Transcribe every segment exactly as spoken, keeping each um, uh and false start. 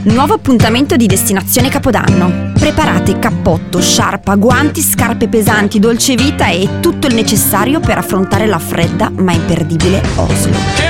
Nuovo appuntamento di Destinazione Capodanno. Preparate cappotto, sciarpa, guanti, scarpe pesanti, dolce vita e tutto il necessario per affrontare la fredda ma imperdibile Oslo.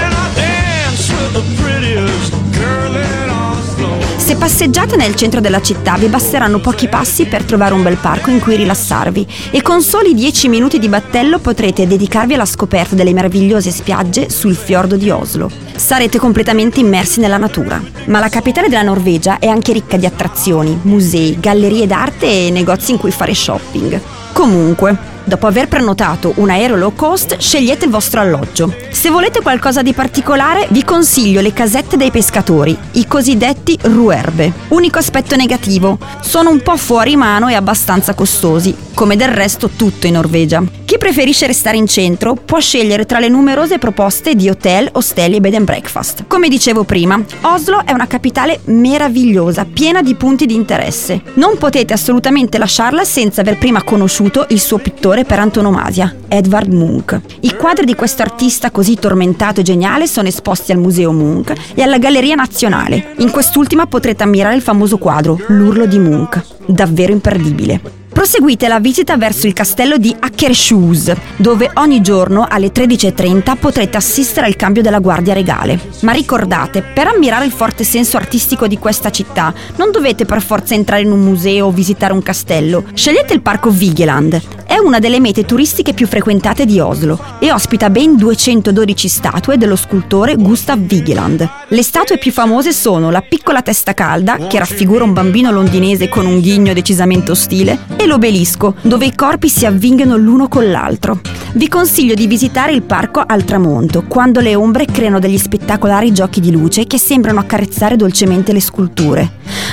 Se passeggiate nel centro della città vi basteranno pochi passi per trovare un bel parco in cui rilassarvi e con soli dieci minuti di battello potrete dedicarvi alla scoperta delle meravigliose spiagge sul fiordo di Oslo. Sarete completamente immersi nella natura. Ma la capitale della Norvegia è anche ricca di attrazioni, musei, gallerie d'arte e negozi in cui fare shopping. Comunque, dopo aver prenotato un aereo low cost, scegliete il vostro alloggio. Se volete qualcosa di particolare, vi consiglio le casette dei pescatori, i cosiddetti ruerbe. Unico aspetto negativo, sono un po' fuori mano e abbastanza costosi, come del resto tutto in Norvegia. Chi preferisce restare in centro può scegliere tra le numerose proposte di hotel, ostelli e bed and breakfast. Come dicevo prima, Oslo è una capitale meravigliosa, piena di punti di interesse. Non potete assolutamente lasciarla senza aver prima conosciuto il suo pittore per antonomasia, Edvard Munch. I quadri di questo artista così tormentato e geniale sono esposti al Museo Munch e alla Galleria Nazionale. In quest'ultima potrete ammirare il famoso quadro L'urlo di Munch, davvero imperdibile. Proseguite la visita verso il castello di Akershus, dove ogni giorno alle tredici e trenta potrete assistere al cambio della guardia regale. Ma ricordate, per ammirare il forte senso artistico di questa città, non dovete per forza entrare in un museo o visitare un castello. Scegliete il parco Vigeland. È una delle mete turistiche più frequentate di Oslo e ospita ben duecentododici statue dello scultore Gustav Vigeland. Le statue più famose sono la piccola testa calda, che raffigura un bambino londinese con un ghigno decisamente ostile, e l'obelisco, dove i corpi si avvingano l'uno con l'altro. Vi consiglio di visitare il parco al tramonto, quando le ombre creano degli spettacolari giochi di luce che sembrano accarezzare dolcemente le sculture.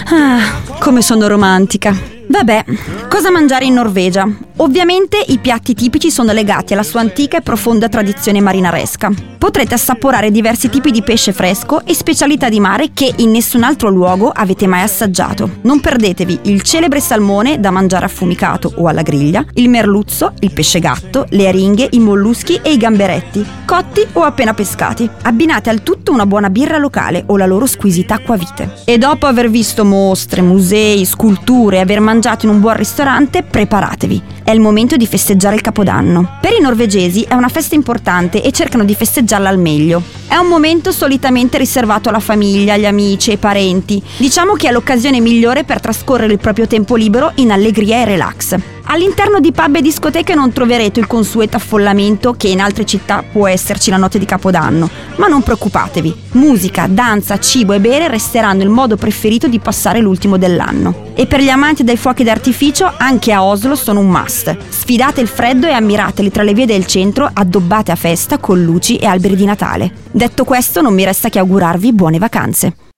Ah, come sono romantica! Vabbè, cosa mangiare in Norvegia? Ovviamente i piatti tipici sono legati alla sua antica e profonda tradizione marinaresca. Potrete assaporare diversi tipi di pesce fresco e specialità di mare che in nessun altro luogo avete mai assaggiato. Non perdetevi il celebre salmone da mangiare affumicato o alla griglia, il merluzzo, il pesce gatto, le aringhe, i molluschi e i gamberetti, cotti o appena pescati. Abbinate al tutto una buona birra locale o la loro squisita acquavite. E dopo aver visto mostre, musei, sculture e aver mangiato in un buon ristorante, preparatevi. È il momento di festeggiare il Capodanno. Per i norvegesi è una festa importante e cercano di festeggiarla al meglio. È un momento solitamente riservato alla famiglia, agli amici, ai parenti. Diciamo che è l'occasione migliore per trascorrere il proprio tempo libero in allegria e relax. All'interno di pub e discoteche non troverete il consueto affollamento che in altre città può esserci la notte di Capodanno, ma non preoccupatevi. Musica, danza, cibo e bere resteranno il modo preferito di passare l'ultimo dell'anno. E per gli amanti dei fuochi d'artificio, anche a Oslo sono un must. Sfidate il freddo e ammirateli tra le vie del centro addobbate a festa con luci e alberi di Natale. Detto questo, non mi resta che augurarvi buone vacanze.